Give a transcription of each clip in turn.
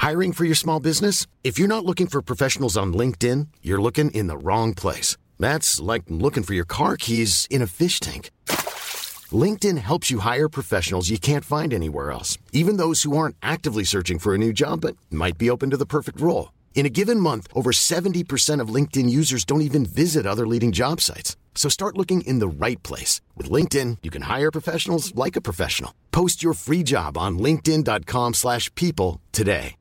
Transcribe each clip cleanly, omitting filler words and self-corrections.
Hiring for your small business? If you're not looking for professionals on LinkedIn, you're looking in the wrong place. That's like looking for your car keys in a fish tank. LinkedIn helps you hire professionals you can't find anywhere else, even those who aren't actively searching for a new job but might be open to the perfect role. In a given month, over 70% of LinkedIn users don't even visit other leading job sites. So start looking in the right place. With LinkedIn, you can hire professionals like a professional. Post your free job on linkedin.com/people today.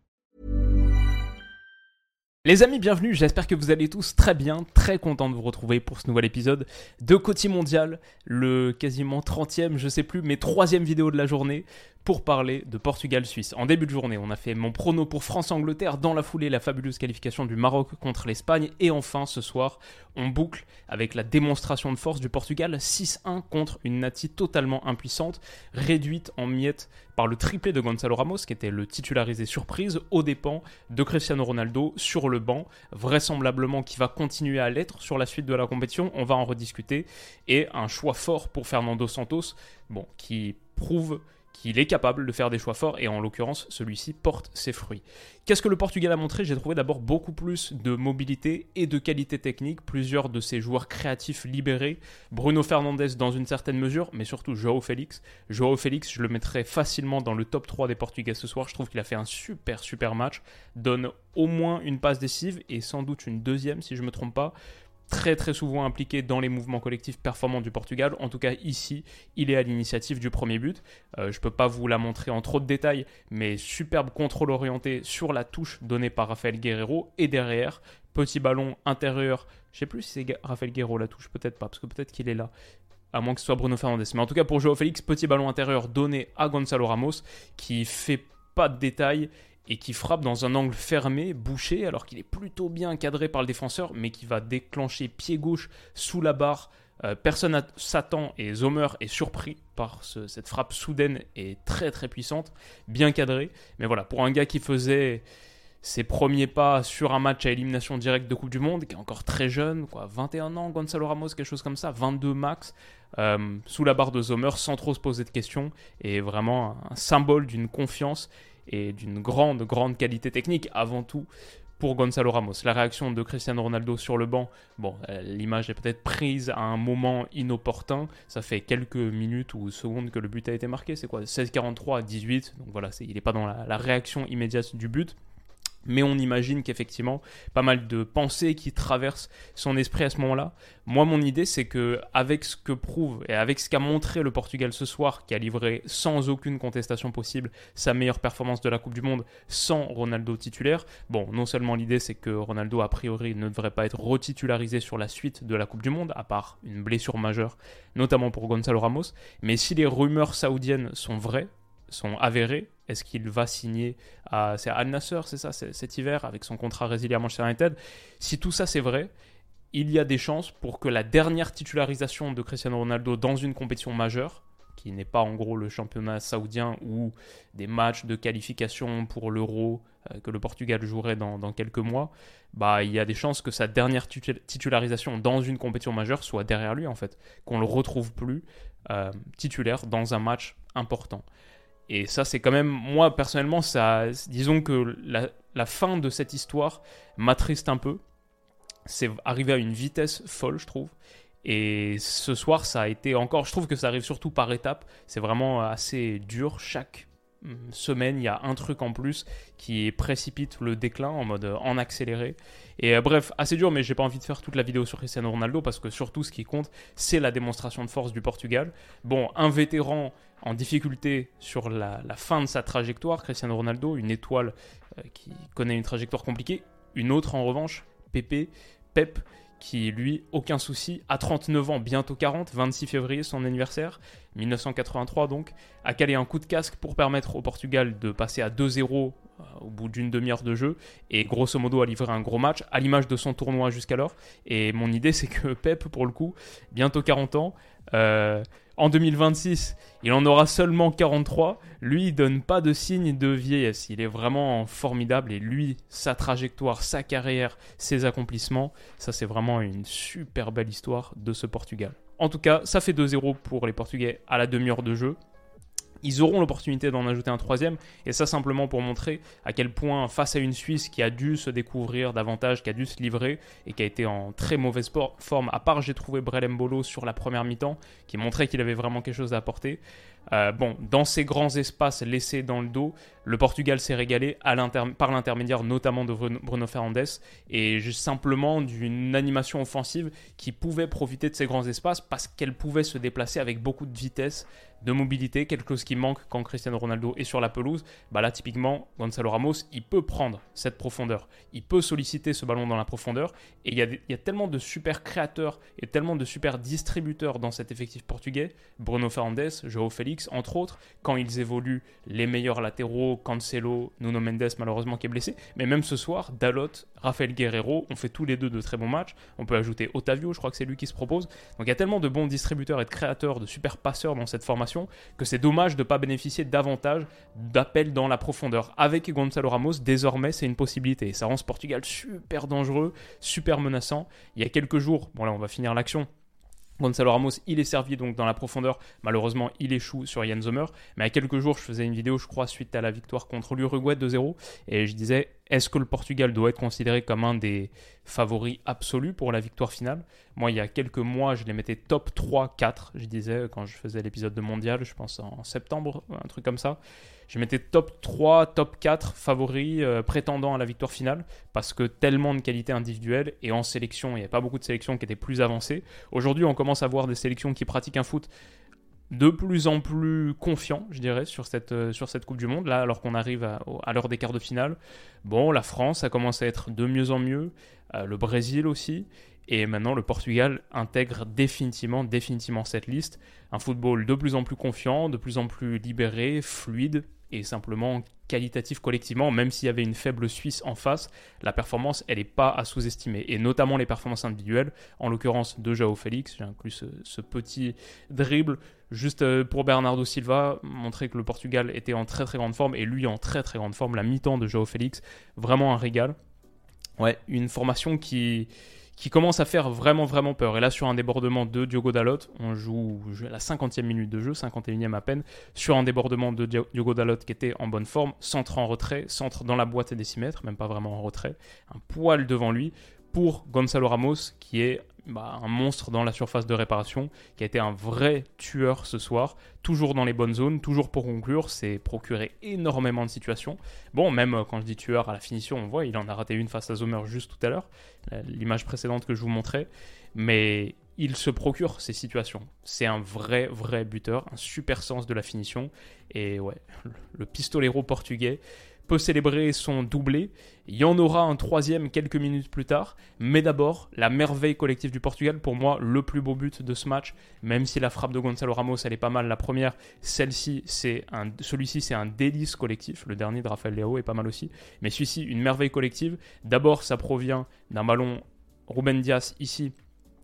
Les amis, bienvenue, j'espère que vous allez tous très bien, très content de vous retrouver pour ce nouvel épisode de Côté Mondial, le quasiment 30e, je sais plus, mais 3e vidéo de la journée pour parler de Portugal-Suisse. En début de journée, on a fait mon prono pour France-Angleterre, dans la foulée, la fabuleuse qualification du Maroc contre l'Espagne, et enfin, ce soir, on boucle avec la démonstration de force du Portugal, 6-1 contre une Nati totalement impuissante, réduite en miettes par le triplé de Gonçalo Ramos, qui était le titularisé surprise, aux dépens de Cristiano Ronaldo sur le banc, vraisemblablement qui va continuer à l'être sur la suite de la compétition, on va en rediscuter, et un choix fort pour Fernando Santos, qui prouve qu'il est capable de faire des choix forts, et en l'occurrence, celui-ci porte ses fruits. Qu'est-ce que le Portugal a montré ? J'ai trouvé d'abord beaucoup plus de mobilité et de qualité technique, plusieurs de ses joueurs créatifs libérés, Bruno Fernandes dans une certaine mesure, mais surtout João Félix. João Félix, je le mettrais facilement dans le top 3 des Portugais ce soir, je trouve qu'il a fait un super match, donne au moins une passe décisive, et sans doute une deuxième si je ne me trompe pas, très souvent impliqué dans les mouvements collectifs performants du Portugal. En tout cas, ici, il est à l'initiative du premier but. Je ne peux pas vous la montrer en trop de détails, mais superbe contrôle orienté sur la touche donnée par Rafael Guerreiro. Et derrière, petit ballon intérieur. Je ne sais plus si c'est Rafael Guerreiro la touche, peut-être pas, parce que peut-être qu'il est là. À moins que ce soit Bruno Fernandes. Mais en tout cas, pour João Félix, petit ballon intérieur donné à Gonçalo Ramos, qui fait pas de détails et qui frappe dans un angle fermé, bouché, alors qu'il est plutôt bien cadré par le défenseur, mais qui va déclencher pied gauche sous la barre. Personne s'attend, et Zomer est surpris par cette frappe soudaine et très puissante, bien cadrée. Mais voilà, pour un gars qui faisait ses premiers pas sur un match à élimination directe de Coupe du Monde, qui est encore très jeune, 21 ans, Gonçalo Ramos, quelque chose comme ça, 22 max, sous la barre de Zomer, sans trop se poser de questions, et vraiment un symbole d'une confiance et d'une grande qualité technique avant tout pour Gonçalo Ramos. La réaction de Cristiano Ronaldo sur le banc, l'image est peut-être prise à un moment inopportun, ça fait quelques minutes ou secondes que le but a été marqué, c'est quoi, 16-43 à 18, donc voilà, il n'est pas dans la réaction immédiate du but. Mais on imagine qu'effectivement, pas mal de pensées qui traversent son esprit à ce moment-là. Moi, mon idée, c'est qu'avec ce que prouve et avec ce qu'a montré le Portugal ce soir, qui a livré sans aucune contestation possible sa meilleure performance de la Coupe du Monde sans Ronaldo titulaire, non seulement l'idée, c'est que Ronaldo, a priori, ne devrait pas être retitularisé sur la suite de la Coupe du Monde, à part une blessure majeure, notamment pour Gonçalo Ramos, mais si les rumeurs saoudiennes sont vraies, sont avérés, est-ce qu'il va signer c'est à Al Nassr, c'est ça, cet hiver, avec son contrat résilié à Manchester United? Si tout ça c'est vrai, il y a des chances pour que la dernière titularisation de Cristiano Ronaldo dans une compétition majeure, qui n'est pas en gros le championnat saoudien ou des matchs de qualification pour l'Euro que le Portugal jouerait dans quelques mois, il y a des chances que sa dernière titularisation dans une compétition majeure soit derrière lui en fait, qu'on ne le retrouve plus titulaire dans un match important. Et ça, c'est quand même, moi, personnellement, disons que la fin de cette histoire m'attriste un peu. C'est arrivé à une vitesse folle, je trouve. Et ce soir, ça a été encore... Je trouve que ça arrive surtout par étapes. C'est vraiment assez dur. Chaque semaine, il y a un truc en plus qui précipite le déclin en accéléré. Et bref, assez dur, mais j'ai pas envie de faire toute la vidéo sur Cristiano Ronaldo parce que surtout, ce qui compte, c'est la démonstration de force du Portugal. Un vétéran en difficulté sur la fin de sa trajectoire, Cristiano Ronaldo, une étoile qui connaît une trajectoire compliquée. Une autre, en revanche, Pep, qui, lui, aucun souci, à 39 ans, bientôt 40, 26 février, son anniversaire, 1983 donc, a calé un coup de casque pour permettre au Portugal de passer à 2-0 au bout d'une demi-heure de jeu, et grosso modo a livré un gros match, à l'image de son tournoi jusqu'alors. Et mon idée, c'est que Pep, pour le coup, bientôt 40 ans, en 2026, il en aura seulement 43. Lui, il donne pas de signe de vieillesse. Il est vraiment formidable. Et lui, sa trajectoire, sa carrière, ses accomplissements, ça, c'est vraiment une super belle histoire de ce Portugal. En tout cas, ça fait 2-0 pour les Portugais à la demi-heure de jeu. Ils auront l'opportunité d'en ajouter un troisième, et ça simplement pour montrer à quel point, face à une Suisse qui a dû se découvrir davantage, qui a dû se livrer et qui a été en très mauvaise forme, à part j'ai trouvé Brel Mbolo sur la première mi-temps, qui montrait qu'il avait vraiment quelque chose à apporter. Dans ces grands espaces laissés dans le dos, le Portugal s'est régalé par l'intermédiaire notamment de Bruno Fernandes et juste simplement d'une animation offensive qui pouvait profiter de ces grands espaces parce qu'elle pouvait se déplacer avec beaucoup de vitesse, de mobilité, quelque chose qui manque quand Cristiano Ronaldo est sur la pelouse. Là, typiquement, Gonçalo Ramos, il peut prendre cette profondeur. Il peut solliciter ce ballon dans la profondeur. Et il y a tellement de super créateurs et tellement de super distributeurs dans cet effectif portugais. Bruno Fernandes, João Félix, entre autres, quand ils évoluent, les meilleurs latéraux, Cancelo, Nuno Mendes, malheureusement, qui est blessé. Mais même ce soir, Dalot, Rafael Guerreiro ont fait tous les deux de très bons matchs. On peut ajouter Otavio, je crois que c'est lui qui se propose. Donc il y a tellement de bons distributeurs et de créateurs, de super passeurs dans cette formation que c'est dommage de ne pas bénéficier davantage d'appels dans la profondeur. Avec Gonçalo Ramos, désormais, c'est une possibilité. Et ça rend ce Portugal super dangereux, super menaçant. Il y a quelques jours, là on va finir l'action, Gonçalo Ramos, il est servi donc dans la profondeur. Malheureusement, il échoue sur Yann Sommer. Mais il y a quelques jours, je faisais une vidéo, je crois, suite à la victoire contre l'Uruguay 2-0. Et je disais, est-ce que le Portugal doit être considéré comme un des favoris absolus pour la victoire finale ? Moi, il y a quelques mois, je les mettais top 3, 4. Je disais, quand je faisais l'épisode de Mondial, je pense en septembre, un truc comme ça. Je mettais top 3, top 4 favoris prétendant à la victoire finale parce que tellement de qualité individuelle et en sélection, il n'y avait pas beaucoup de sélections qui étaient plus avancées. Aujourd'hui, on commence à voir des sélections qui pratiquent un foot de plus en plus confiant, je dirais, sur cette Coupe du Monde, là, alors qu'on arrive à l'heure des quarts de finale. La France, ça commence à être de mieux en mieux, le Brésil aussi, et maintenant le Portugal intègre définitivement cette liste. Un football de plus en plus confiant, de plus en plus libéré, fluide, et simplement qualitatif collectivement, même s'il y avait une faible Suisse en face, la performance, elle n'est pas à sous-estimer, et notamment les performances individuelles, en l'occurrence de João Félix. J'ai inclus ce petit dribble, juste pour Bernardo Silva, montrer que le Portugal était en très très grande forme, et lui en très très grande forme, la mi-temps de João Félix, vraiment un régal. Ouais, une formation qui commence à faire vraiment vraiment peur. Et là, sur un débordement de Diogo Dalot, on joue à la 50e minute de jeu, 51e à peine, sur un débordement de Diogo Dalot qui était en bonne forme, centre en retrait, centre dans la boîte des 6 mètres, même pas vraiment en retrait, un poil devant lui, pour Gonçalo Ramos, qui est un monstre dans la surface de réparation, qui a été un vrai tueur ce soir, toujours dans les bonnes zones, toujours pour conclure, c'est procuré énormément de situations. Même quand je dis tueur à la finition, on voit, il en a raté une face à Sommer juste tout à l'heure, l'image précédente que je vous montrais, mais il se procure ces situations. C'est un vrai buteur, un super sens de la finition, et ouais, le pistolero portugais peut célébrer son doublé. Il y en aura un troisième quelques minutes plus tard, mais d'abord, la merveille collective du Portugal, pour moi, le plus beau but de ce match, même si la frappe de Gonçalo Ramos, elle est pas mal, la première, celui-ci, c'est un délice collectif, le dernier de Rafael Leao est pas mal aussi, mais celui-ci, une merveille collective. D'abord, ça provient d'un ballon, Ruben Dias, ici,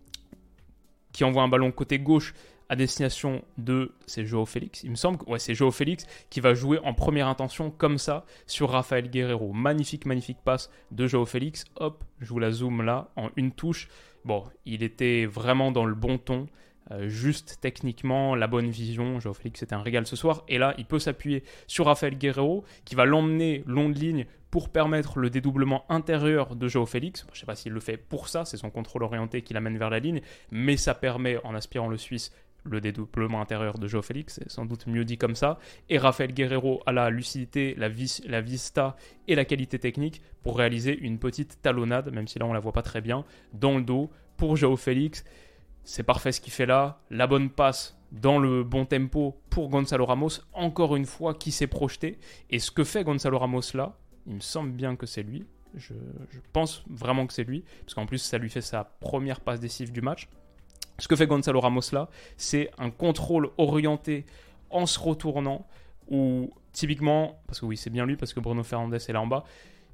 qui envoie un ballon côté gauche, à destination de, c'est João Félix, il me semble, c'est João Félix qui va jouer en première intention comme ça sur Rafael Guerreiro. Magnifique passe de João Félix. Hop, je vous la zoome là en une touche. Il était vraiment dans le bon ton, juste techniquement, la bonne vision. João Félix, c'était un régal ce soir. Et là, il peut s'appuyer sur Rafael Guerreiro qui va l'emmener long de ligne pour permettre le dédoublement intérieur de João Félix. Je ne sais pas s'il le fait pour ça, c'est son contrôle orienté qui l'amène vers la ligne, mais ça permet, en aspirant le Suisse, le dédoublement intérieur de João Félix, c'est sans doute mieux dit comme ça, et Rafael Guerreiro a la lucidité, la vista et la qualité technique pour réaliser une petite talonnade, même si là on la voit pas très bien, dans le dos pour João Félix. C'est parfait ce qu'il fait là, la bonne passe dans le bon tempo pour Gonçalo Ramos, encore une fois qui s'est projeté, et ce que fait Gonçalo Ramos là, il me semble bien que c'est lui, je pense vraiment que c'est lui, parce qu'en plus ça lui fait sa première passe décisive du match. Ce que fait Gonçalo Ramos là, c'est un contrôle orienté en se retournant, ou typiquement, parce que oui c'est bien lui, parce que Bruno Fernandes est là en bas,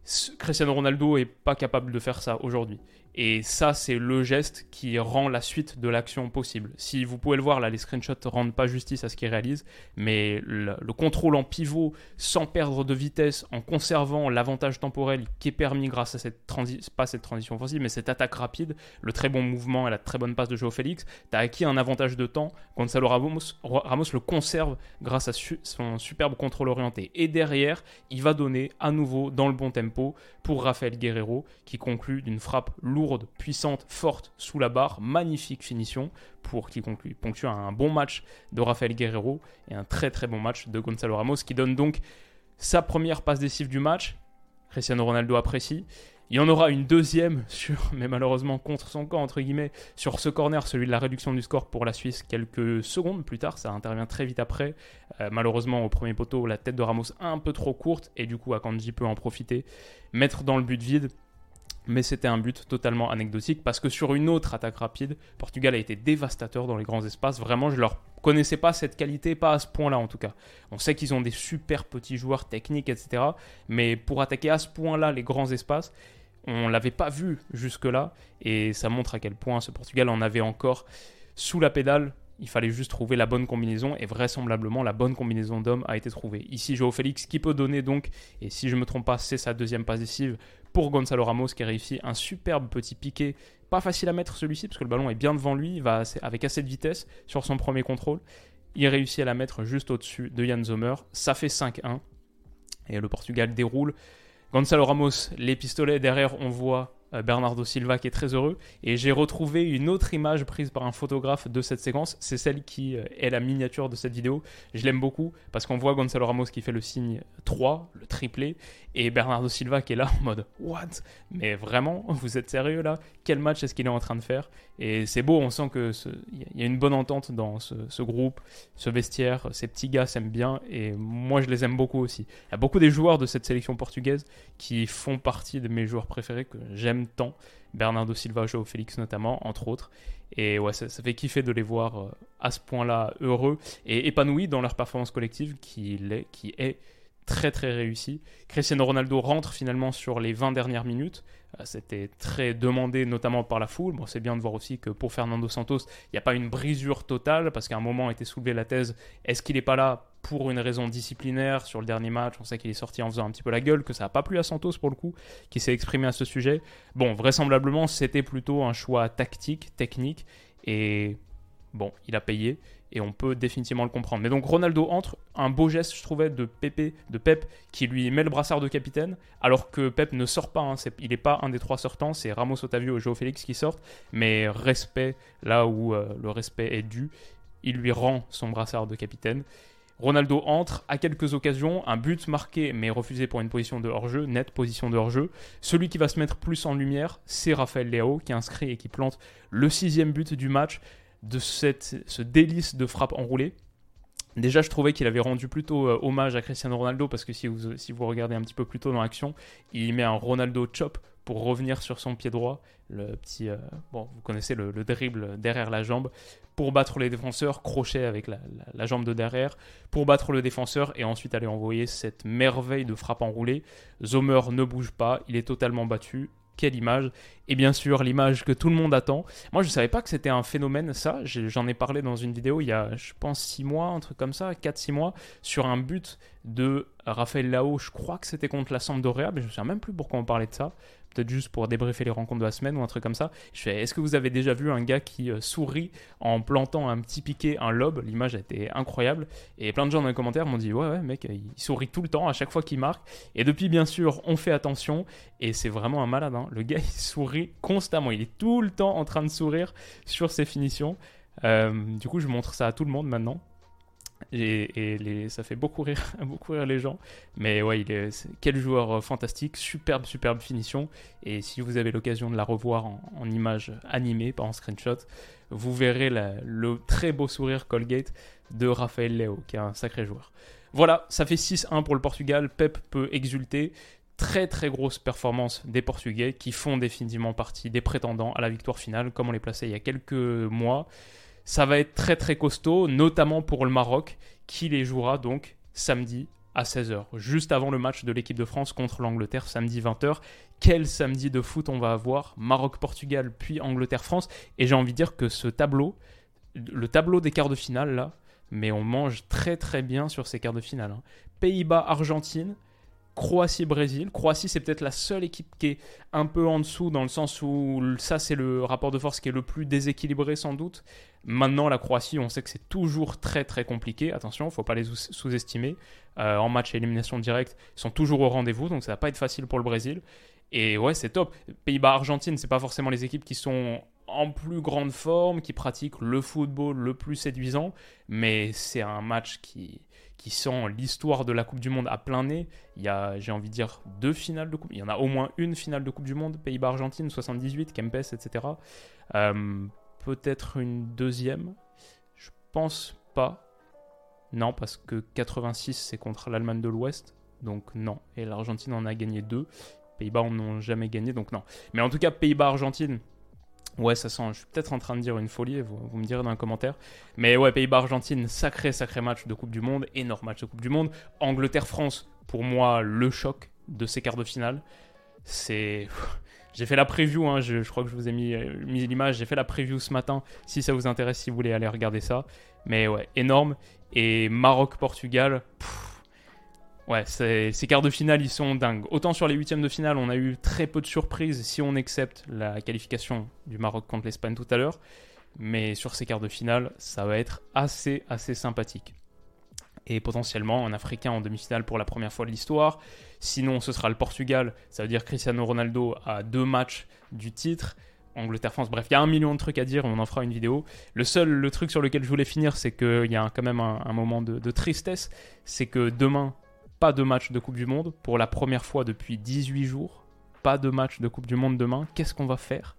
Cristiano Ronaldo est pas capable de faire ça aujourd'hui. Et ça, c'est le geste qui rend la suite de l'action possible. Si vous pouvez le voir, là, les screenshots ne rendent pas justice à ce qu'il réalise, mais le contrôle en pivot sans perdre de vitesse, en conservant l'avantage temporel qui est permis grâce à cette transition offensive, mais cette attaque rapide, le très bon mouvement et la très bonne passe de João Félix, tu as acquis un avantage de temps. Gonzalo Ramos le conserve grâce à son superbe contrôle orienté. Et derrière, il va donner à nouveau dans le bon tempo pour Rafael Guerreiro, qui conclut d'une frappe lourde, puissante, forte, sous la barre. Magnifique finition qui ponctue un bon match de Rafael Guerreiro et un très très bon match de Gonzalo Ramos, qui donne donc sa première passe décisive du match. Cristiano Ronaldo apprécie. Il y en aura une deuxième, mais malheureusement contre son camp, entre guillemets, sur ce corner, celui de la réduction du score pour la Suisse, quelques secondes plus tard. Ça intervient très vite après. Malheureusement, au premier poteau, la tête de Ramos un peu trop courte, et du coup, Akanji peut en profiter, mettre dans le but vide. Mais c'était un but totalement anecdotique, parce que sur une autre attaque rapide, Portugal a été dévastateur dans les grands espaces. Vraiment, je ne leur connaissais pas cette qualité, pas à ce point-là en tout cas. On sait qu'ils ont des super petits joueurs techniques, etc. Mais pour attaquer à ce point-là les grands espaces, on ne l'avait pas vu jusque-là. Et ça montre à quel point ce Portugal en avait encore sous la pédale. Il fallait juste trouver la bonne combinaison, et vraisemblablement la bonne combinaison d'hommes a été trouvée. Ici, João Félix qui peut donner donc, et si je ne me trompe pas, c'est sa deuxième passe décisive pour Gonzalo Ramos, qui réussit un superbe petit piqué. Pas facile à mettre celui-ci parce que le ballon est bien devant lui, il va avec assez de vitesse sur son premier contrôle. Il réussit à la mettre juste au-dessus de Yann Sommer. Ça fait 5-1 et le Portugal déroule. Gonzalo Ramos, les pistolets, derrière on voit Bernardo Silva qui est très heureux, et j'ai retrouvé une autre image prise par un photographe de cette séquence. C'est celle qui est la miniature de cette vidéo. Je l'aime beaucoup parce qu'on voit Gonzalo Ramos qui fait le signe 3, le triplé, et Bernardo Silva qui est là en mode what, mais vraiment, vous êtes sérieux là? Quel match est-ce qu'il est en train de faire? Et c'est beau, on sent qu'il y a une bonne entente dans ce groupe, ce vestiaire. Ces petits gars s'aiment bien, et moi je les aime beaucoup aussi. Il y a beaucoup des joueurs de cette sélection portugaise qui font partie de mes joueurs préférés, que j'aime tant. Bernardo Silva, João Félix notamment, entre autres. Et ouais, ça fait kiffer de les voir à ce point-là heureux et épanouis dans leur performance collective qui est très très réussie. Cristiano Ronaldo rentre finalement sur les 20 dernières minutes. C'était très demandé, notamment par la foule. Bon, c'est bien de voir aussi que pour Fernando Santos, il n'y a pas une brisure totale, parce qu'à un moment était soulevée la thèse, est-ce qu'il n'est pas là pour une raison disciplinaire sur le dernier match? On sait qu'il est sorti en faisant un petit peu la gueule, que ça n'a pas plu à Santos pour le coup, qui s'est exprimé à ce sujet. Bon, vraisemblablement, c'était plutôt un choix tactique, technique, et bon, il a payé, et on peut définitivement le comprendre. Mais donc Ronaldo entre, un beau geste je trouvais de Pep, qui lui met le brassard de capitaine, alors que Pep ne sort pas, hein. Il n'est pas un des trois sortants, c'est Ramos, Otavio et João Félix qui sortent, mais respect, là où le respect est dû, il lui rend son brassard de capitaine. Ronaldo entre à quelques occasions, un but marqué mais refusé pour une position de hors-jeu, nette position de hors-jeu. Celui qui va se mettre plus en lumière, c'est Rafael Leao, qui inscrit et qui plante le 6e but du match, de ce délice de frappe enroulée. Déjà, je trouvais qu'il avait rendu plutôt hommage à Cristiano Ronaldo, parce que si vous regardez un petit peu plus tôt dans l'action, il met un Ronaldo chop pour revenir sur son pied droit, le petit, vous connaissez le dribble derrière la jambe, pour battre les défenseurs, crochet avec la jambe de derrière, pour battre le défenseur et ensuite aller envoyer cette merveille de frappe enroulée. Sommer ne bouge pas, il est totalement battu. Quelle image! Et bien sûr, l'image que tout le monde attend. Moi, je ne savais pas que c'était un phénomène, ça. J'en ai parlé dans une vidéo il y a, je pense, 6 mois, un truc comme ça, 4-6 mois, sur un but de Rafael Leao. Je crois que c'était contre la Sampdoria, mais je ne me souviens même plus pourquoi on parlait de ça. Peut-être juste pour débriefer les rencontres de la semaine ou un truc comme ça. Je fais, est-ce que vous avez déjà vu un gars qui sourit en plantant un petit piqué, un lob? L'image a été incroyable. Et plein de gens dans les commentaires m'ont dit, ouais, mec, il sourit tout le temps à chaque fois qu'il marque. Et depuis, bien sûr, on fait attention. Et c'est vraiment un malade, hein. Le gars, il sourit constamment. Il est tout le temps en train de sourire sur ses finitions. Du coup, je montre ça à tout le monde maintenant. Et ça fait beaucoup rire les gens. Mais ouais, quel joueur fantastique, superbe finition. Et si vous avez l'occasion de la revoir en image animée, pas en screenshot, vous verrez le très beau sourire Colgate de Rafael Leao, qui est un sacré joueur. Voilà, ça fait 6-1 pour le Portugal. Pep peut exulter. Très très grosse performance des Portugais, qui font définitivement partie des prétendants à la victoire finale, comme on les plaçait il y a quelques mois. Ça va être très très costaud, notamment pour le Maroc, qui les jouera donc samedi à 16h, juste avant le match de l'équipe de France contre l'Angleterre, samedi 20h. Quel samedi de foot on va avoir? Maroc-Portugal, puis Angleterre-France. Et j'ai envie de dire que ce tableau, le tableau des quarts de finale, là, mais on mange très très bien sur ces quarts de finale. Hein. Pays-Bas-Argentine, Croatie-Brésil. Croatie, c'est peut-être la seule équipe qui est un peu en dessous, dans le sens où ça, c'est le rapport de force qui est le plus déséquilibré sans doute. Maintenant, la Croatie, on sait que c'est toujours très très compliqué. Attention, il ne faut pas les sous-estimer. En match à élimination directe, ils sont toujours au rendez-vous, donc ça ne va pas être facile pour le Brésil. Et ouais, c'est top. Pays-Bas-Argentine, c'est pas forcément les équipes qui sont en plus grande forme, qui pratiquent le football le plus séduisant, mais c'est un match qui sent l'histoire de la Coupe du Monde à plein nez. Il y a, j'ai envie de dire, 2 finales de Coupe. Il y en a au moins une finale de Coupe du Monde, Pays-Bas-Argentine, 78, Kempes, etc. Peut-être une deuxième. Je pense pas. Non, parce que 86, c'est contre l'Allemagne de l'Ouest. Donc non. Et l'Argentine en a gagné 2. Pays-Bas en ont jamais gagné, donc non. Mais en tout cas, Pays-Bas-Argentine, ouais, ça sent. Je suis peut-être en train de dire une folie, vous me direz dans les commentaires. Mais ouais, Pays-Bas-Argentine, sacré match de Coupe du Monde, énorme match de Coupe du Monde. Angleterre-France, pour moi, le choc de ces quarts de finale. C'est. J'ai fait la preview, hein, je crois que je vous ai mis l'image. J'ai fait la preview ce matin, si ça vous intéresse, si vous voulez aller regarder ça. Mais ouais, énorme. Et Maroc-Portugal, ouais, ces quarts de finale, ils sont dingues. Autant sur les huitièmes de finale, on a eu très peu de surprises si on accepte la qualification du Maroc contre l'Espagne tout à l'heure. Mais sur ces quarts de finale, ça va être assez sympathique. Et potentiellement un Africain en demi-finale pour la première fois de l'histoire. Sinon, ce sera le Portugal. Ça veut dire Cristiano Ronaldo à 2 matchs du titre. Angleterre-France, bref, il y a 1 million de trucs à dire, on en fera une vidéo. Le truc sur lequel je voulais finir, c'est qu'il y a quand même un moment de tristesse. C'est que demain, pas de match de Coupe du Monde. Pour la première fois depuis 18 jours, pas de match de Coupe du Monde demain. Qu'est-ce qu'on va faire?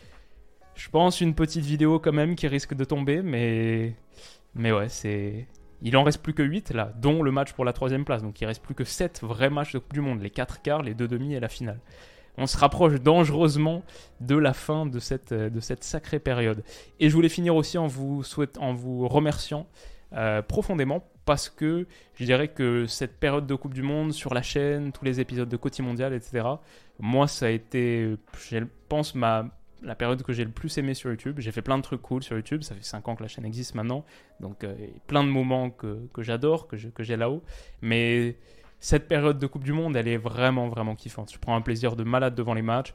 Je pense une petite vidéo quand même qui risque de tomber, mais ouais, c'est... Il en reste plus que 8 là, dont le match pour la 3e place. Donc il reste plus que 7 vrais matchs de Coupe du Monde, les 4 quarts, les 2 demi et la finale. On se rapproche dangereusement de la fin de cette sacrée période. Et je voulais finir aussi en vous remerciant profondément, parce que je dirais que cette période de Coupe du Monde sur la chaîne, tous les épisodes de Côté Mondial, etc., moi ça a été, je pense, la période que j'ai le plus aimé sur YouTube. J'ai fait plein de trucs cool sur YouTube, ça fait 5 ans que la chaîne existe maintenant, donc plein de moments que j'adore, que j'ai là-haut, mais cette période de Coupe du Monde, elle est vraiment kiffante. Je prends un plaisir de malade devant les matchs,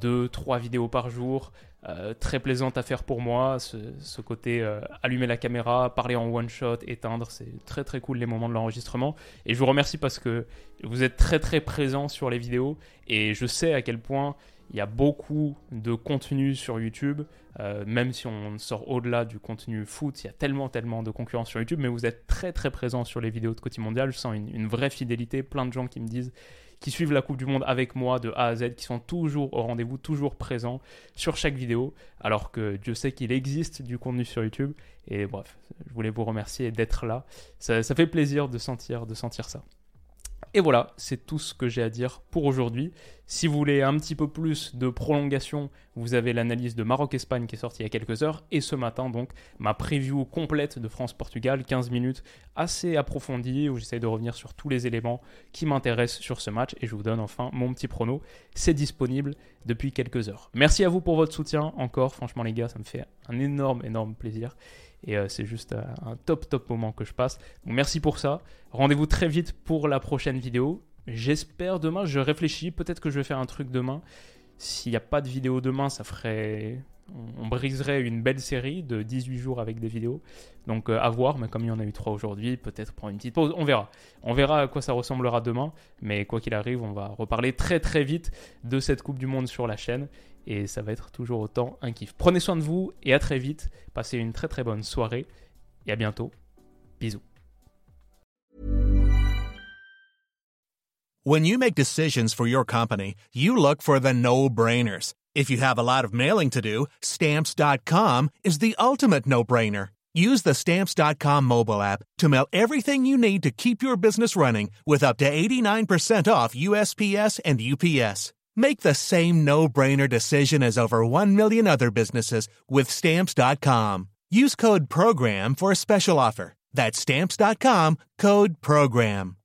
2-3 vidéos par jour, très plaisante à faire pour moi, ce côté allumer la caméra, parler en one shot, éteindre, c'est très cool les moments de l'enregistrement. Et je vous remercie parce que vous êtes très présents sur les vidéos, et je sais à quel point il y a beaucoup de contenu sur YouTube, même si on sort au-delà du contenu foot, il y a tellement de concurrence sur YouTube, mais vous êtes très présents sur les vidéos de Côté Mondial. Je sens une vraie fidélité, plein de gens qui me disent, qui suivent la Coupe du Monde avec moi de A à Z, qui sont toujours au rendez-vous, toujours présents sur chaque vidéo, alors que Dieu sait qu'il existe du contenu sur YouTube. Et bref, je voulais vous remercier d'être là. Ça fait plaisir de sentir ça. Et voilà, c'est tout ce que j'ai à dire pour aujourd'hui. Si vous voulez un petit peu plus de prolongation, vous avez l'analyse de Maroc-Espagne qui est sortie il y a quelques heures. Et ce matin, donc, ma preview complète de France-Portugal, 15 minutes assez approfondie, où j'essaie de revenir sur tous les éléments qui m'intéressent sur ce match. Et je vous donne enfin mon petit prono. C'est disponible depuis quelques heures. Merci à vous pour votre soutien encore. Franchement, les gars, ça me fait un énorme plaisir. Et c'est juste un top moment que je passe. Donc merci pour ça. Rendez-vous très vite pour la prochaine vidéo. J'espère demain, je réfléchis, peut-être que je vais faire un truc demain. S'il n'y a pas de vidéo demain, ça ferait... On briserait une belle série de 18 jours avec des vidéos. Donc à voir, mais comme il y en a eu 3 aujourd'hui, peut-être prendre une petite pause. On verra. On verra à quoi ça ressemblera demain. Mais quoi qu'il arrive, on va reparler très vite de cette Coupe du Monde sur la chaîne. Et ça va être toujours autant un kiff. Prenez soin de vous et à très vite. Passez une très bonne soirée. Et à bientôt. Bisous. When you make decisions for your company, you look for the no-brainers. If you have a lot of mailing to do, Stamps.com is the ultimate no-brainer. Use the Stamps.com mobile app to mail everything you need to keep your business running with up to 89% off USPS and UPS. Make the same no-brainer decision as over 1 million other businesses with Stamps.com. Use code PROGRAM for a special offer. That's Stamps.com, code PROGRAM.